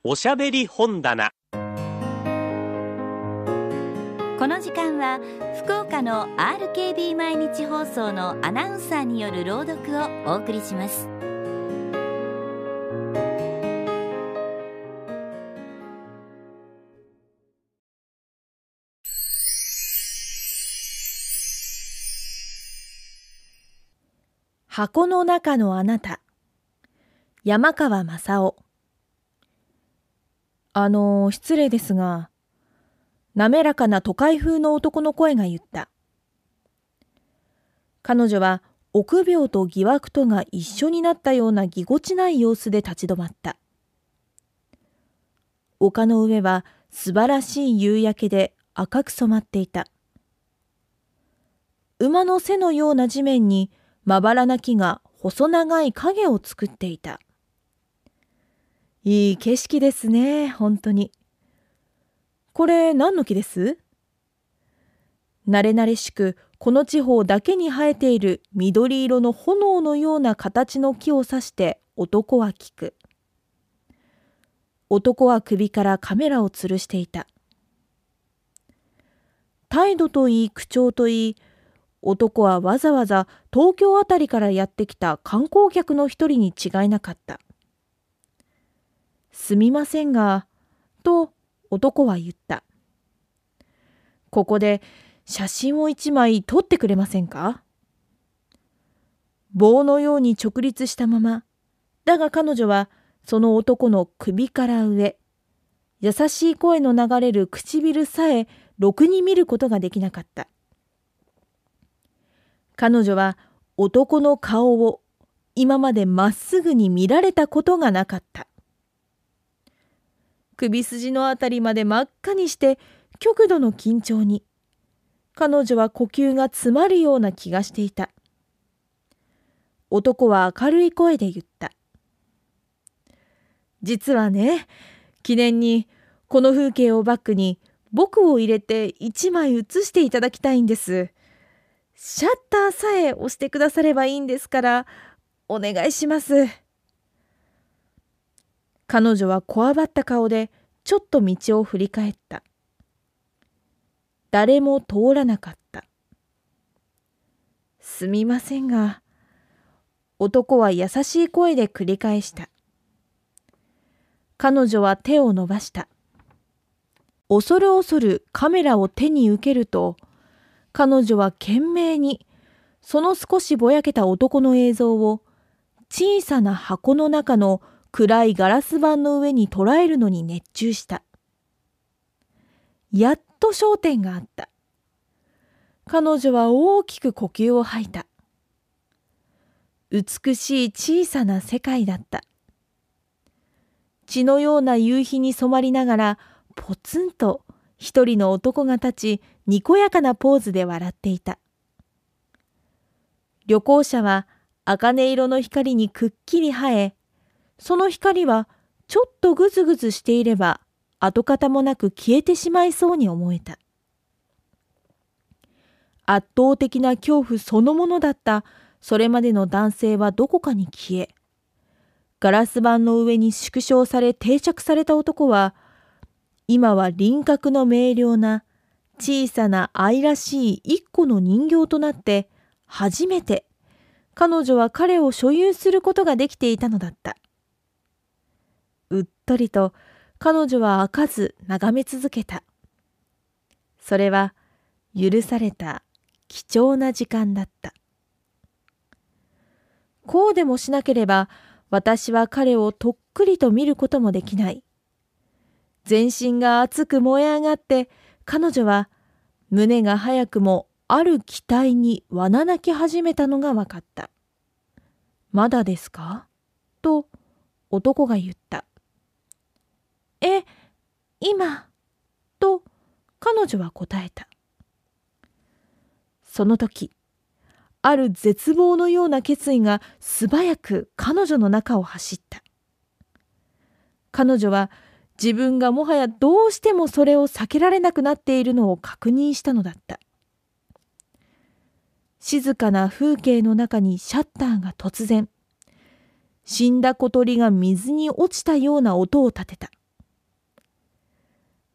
おしゃべり本棚。 この時間は福岡の RKB 毎日放送のアナウンサーによる朗読をお送りします。 箱の中のあなた、山川雅夫。失礼ですが、滑らかな都会風の男の声が言った。彼女は臆病と疑惑とが一緒になったようなぎこちない様子で立ち止まった。丘の上は素晴らしい夕焼けで赤く染まっていた。馬の背のような地面にまばらな木が細長い影を作っていた。いい景色ですね、本当に。これ何の木です？慣れ慣れしくこの地方だけに生えている緑色の炎のような形の木を指して男は聞く。男は首からカメラを吊るしていた。態度といい口調といい、男はわざわざ東京あたりからやってきた観光客の一人に違いなかった。すみませんが、と男は言った。ここで写真を一枚撮ってくれませんか？棒のように直立したまま、だが彼女はその男の首から上、優しい声の流れる唇さえろくに見ることができなかった。彼女は男の顔を今までまっすぐに見られたことがなかった。首筋のあたりまで真っ赤にして極度の緊張に、彼女は呼吸が詰まるような気がしていた。男は明るい声で言った。実はね、記念にこの風景をバックに僕を入れて一枚写していただきたいんです。シャッターさえ押してくださればいいんですから、お願いします。彼女はこわばった顔でちょっと道を振り返った。誰も通らなかった。すみませんが、男は優しい声で繰り返した。彼女は手を伸ばした。恐る恐るカメラを手に受けると、彼女は懸命にその少しぼやけた男の映像を小さな箱の中の暗いガラス板の上に捉えるのに熱中した。やっと焦点があった。彼女は大きく呼吸を吐いた。美しい小さな世界だった。血のような夕日に染まりながら、ポツンと一人の男が立ち、にこやかなポーズで笑っていた。旅行者は茜色の光にくっきり映え、その光はちょっとぐずぐずしていれば跡形もなく消えてしまいそうに思えた。圧倒的な恐怖そのものだったそれまでの男性はどこかに消え、ガラス板の上に縮小され定着された男は、今は輪郭の明瞭な小さな愛らしい一個の人形となって初めて彼女は彼を所有することができていたのだった。うっとりと彼女は開かず眺め続けた。それは許された貴重な時間だった。こうでもしなければ私は彼をとっくりと見ることもできない。全身が熱く燃え上がって彼女は胸が早くもある期待にわな泣き始めたのが分かった。まだですか？と男が言った。今。と彼女は答えた。その時、ある絶望のような決意が素早く彼女の中を走った。彼女は自分がもはやどうしてもそれを避けられなくなっているのを確認したのだった。静かな風景の中にシャッターが突然、死んだ小鳥が水に落ちたような音を立てた。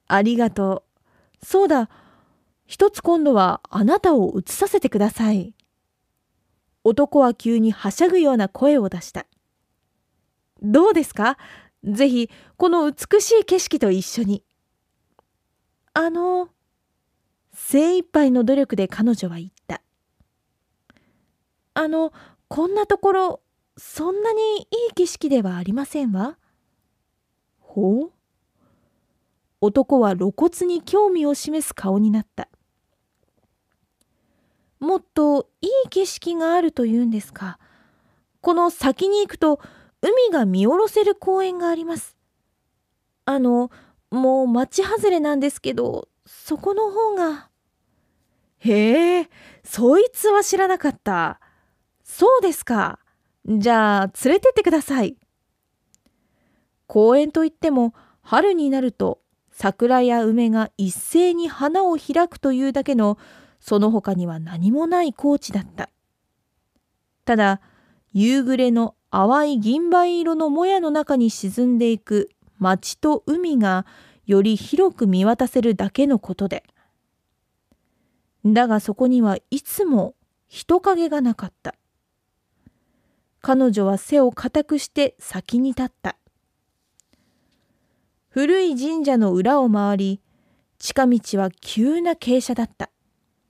ありがとう。そうだ、一つ今度はあなたを映させてください。男は急にはしゃぐような声を出した。どうですか？ぜひこの美しい景色と一緒に。精一杯の努力で彼女は言った。こんなところ、そんなにいい景色ではありませんわ。ほう？男は露骨に興味を示す顔になった。もっといい景色があるというんですか。この先に行くと海が見下ろせる公園があります。もう町外れなんですけど、そこの方が。へえ、そいつは知らなかった。そうですか。じゃあ連れてってください。公園といっても春になると桜や梅が一斉に花を開くというだけの、その他には何もない高地だった。ただ夕暮れの淡い銀灰色のもやの中に沈んでいく町と海がより広く見渡せるだけのことで。だがそこにはいつも人影がなかった。彼女は背を固くして先に立った。古い神社の裏を回り、近道は急な傾斜だった。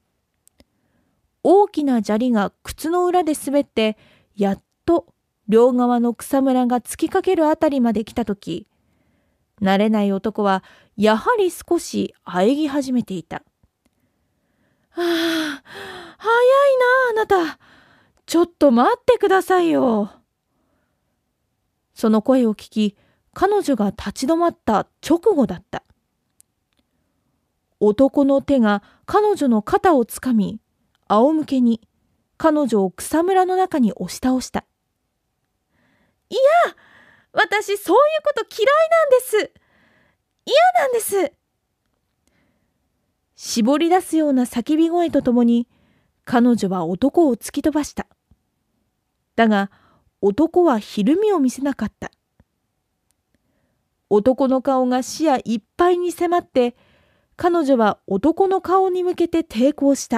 大きな砂利が靴の裏で滑って、やっと両側の草むらが突きかけるあたりまで来たとき、慣れない男はやはり少し喘ぎ始めていた。早いなあなた。ちょっと待ってくださいよ。その声を聞き、彼女が立ち止まった直後だった。男の手が彼女の肩をつかみ、仰向けに彼女を草むらの中に押し倒した。いや、私そういうこと嫌いなんです。嫌なんです。絞り出すような叫び声とともに、彼女は男を突き飛ばした。だが、男はひるみを見せなかった。男の顔が視野いっぱいに迫って、彼女は男の顔に向けて抵抗した。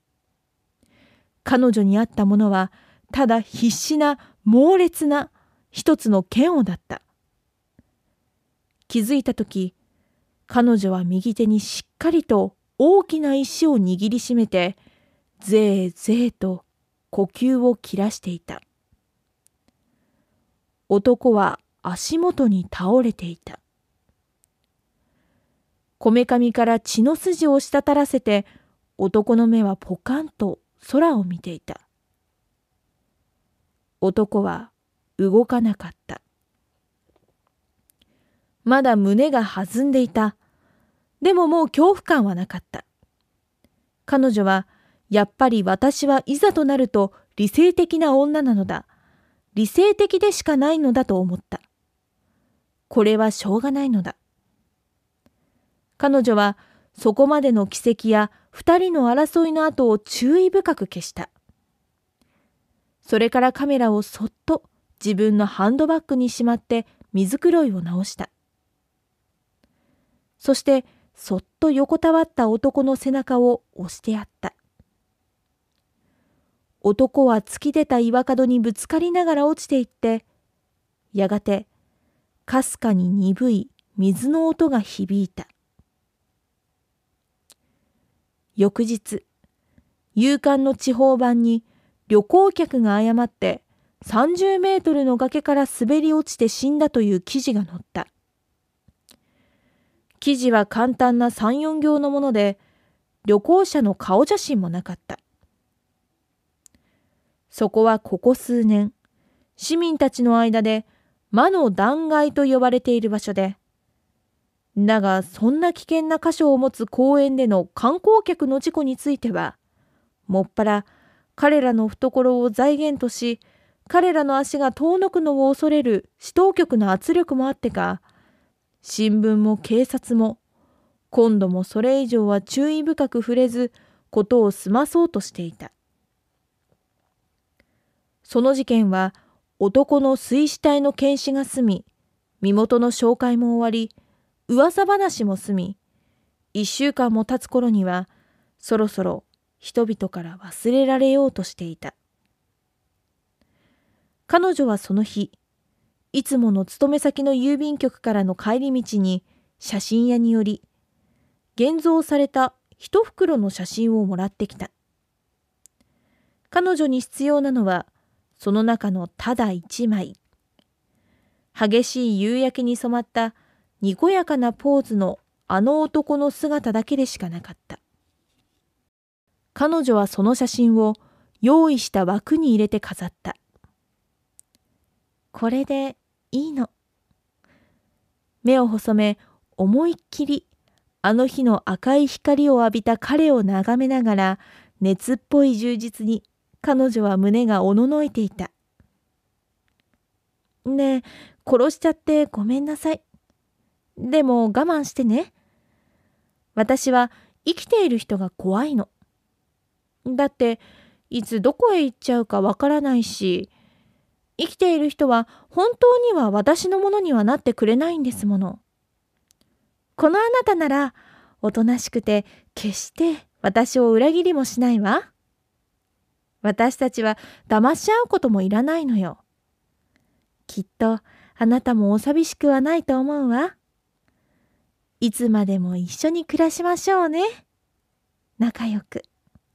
彼女にあったものは、ただ必死な猛烈な一つの嫌悪だった。気づいたとき、彼女は右手にしっかりと大きな石を握りしめて、ぜーぜーと呼吸を切らしていた。男は足元に倒れていた。こめかみから血の筋を滴らせて、男の目はポカンと空を見ていた。男は動かなかった。まだ胸が弾んでいた。でももう恐怖感はなかった。彼女は、やっぱり私はいざとなると理性的な女なのだ。理性的でしかないのだと思った。これはしょうがないのだ。彼女はそこまでの奇跡や二人の争いの跡を注意深く消した。それからカメラをそっと自分のハンドバッグにしまって水黒いを直した。そしてそっと横たわった男の背中を押してやった。男は突き出た岩角にぶつかりながら落ちていって、やがてかすかに鈍い水の音が響いた。翌日、夕刊の地方版に旅行客が誤って30メートルの崖から滑り落ちて死んだという記事が載った。記事は簡単な3、4行のもので、旅行者の顔写真もなかった。そこはここ数年、市民たちの間で魔の断崖と呼ばれている場所で、だがそんな危険な箇所を持つ公園での観光客の事故については、もっぱら彼らの懐を財源とし、彼らの足が遠のくのを恐れる市当局の圧力もあってか、新聞も警察も今度もそれ以上は注意深く触れず、ことを済まそうとしていた。その事件は男の水死体の検視が済み、身元の照会も終わり、 噂話も済み、1週間も経つ頃には、そろそろ人々から忘れられようとしていた。彼女はその日、いつもの勤め先の郵便局からの帰り道に写真屋により、現像された一袋の写真をもらってきた。彼女に必要なのは、その中のただ一枚。激しい夕焼けに染まったにこやかなポーズのあの男の姿だけでしかなかった。彼女はその写真を用意した枠に入れて飾った。これでいいの。目を細め、思いっきりあの日の赤い光を浴びた彼を眺めながら、熱っぽい充実に彼女は胸がおののいていた。ねえ、殺しちゃってごめんなさい。でも我慢してね。私は生きている人が怖いの。だっていつどこへ行っちゃうかわからないし、生きている人は本当には私のものにはなってくれないんですもの。このあなたならおとなしくて決して私を裏切りもしないわ。私たちは騙し合うこともいらないのよ。きっとあなたもお寂しくはないと思うわ。いつまでも一緒に暮らしましょうね。仲良く。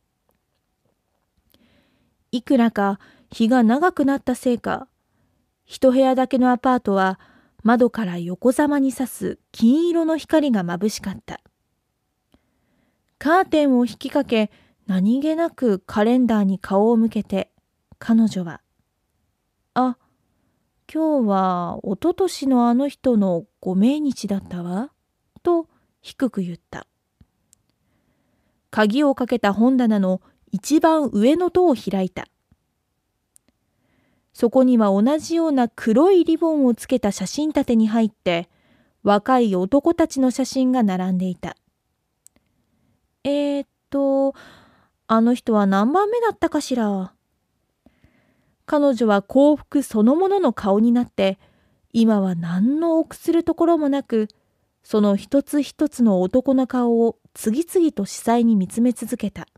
いくらか日が長くなったせいか、一部屋だけのアパートは窓から横ざまに差す金色の光が眩しかった。カーテンを引きかけ、何気なくカレンダーに顔を向けて、彼女は、あ、今日はおととしのあの人のご命日だったわ、と低く言った。鍵をかけた本棚の一番上の戸を開いた。そこには同じような黒いリボンをつけた写真立てに入って、若い男たちの写真が並んでいた。あの人は何番目だったかしら。彼女は幸福そのものの顔になって、今は何の臆するところもなく、その一つ一つの男の顔を次々と視細に見つめ続けた。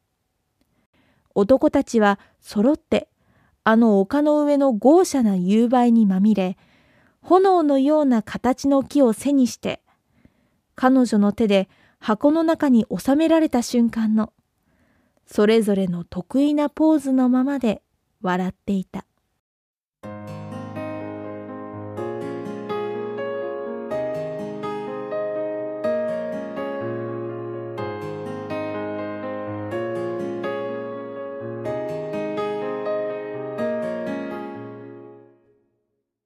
男たちは揃ってあの丘の上の豪奢な夕映えにまみれ、炎のような形の木を背にして、彼女の手で箱の中に収められた瞬間のそれぞれの得意なポーズのままで笑っていた。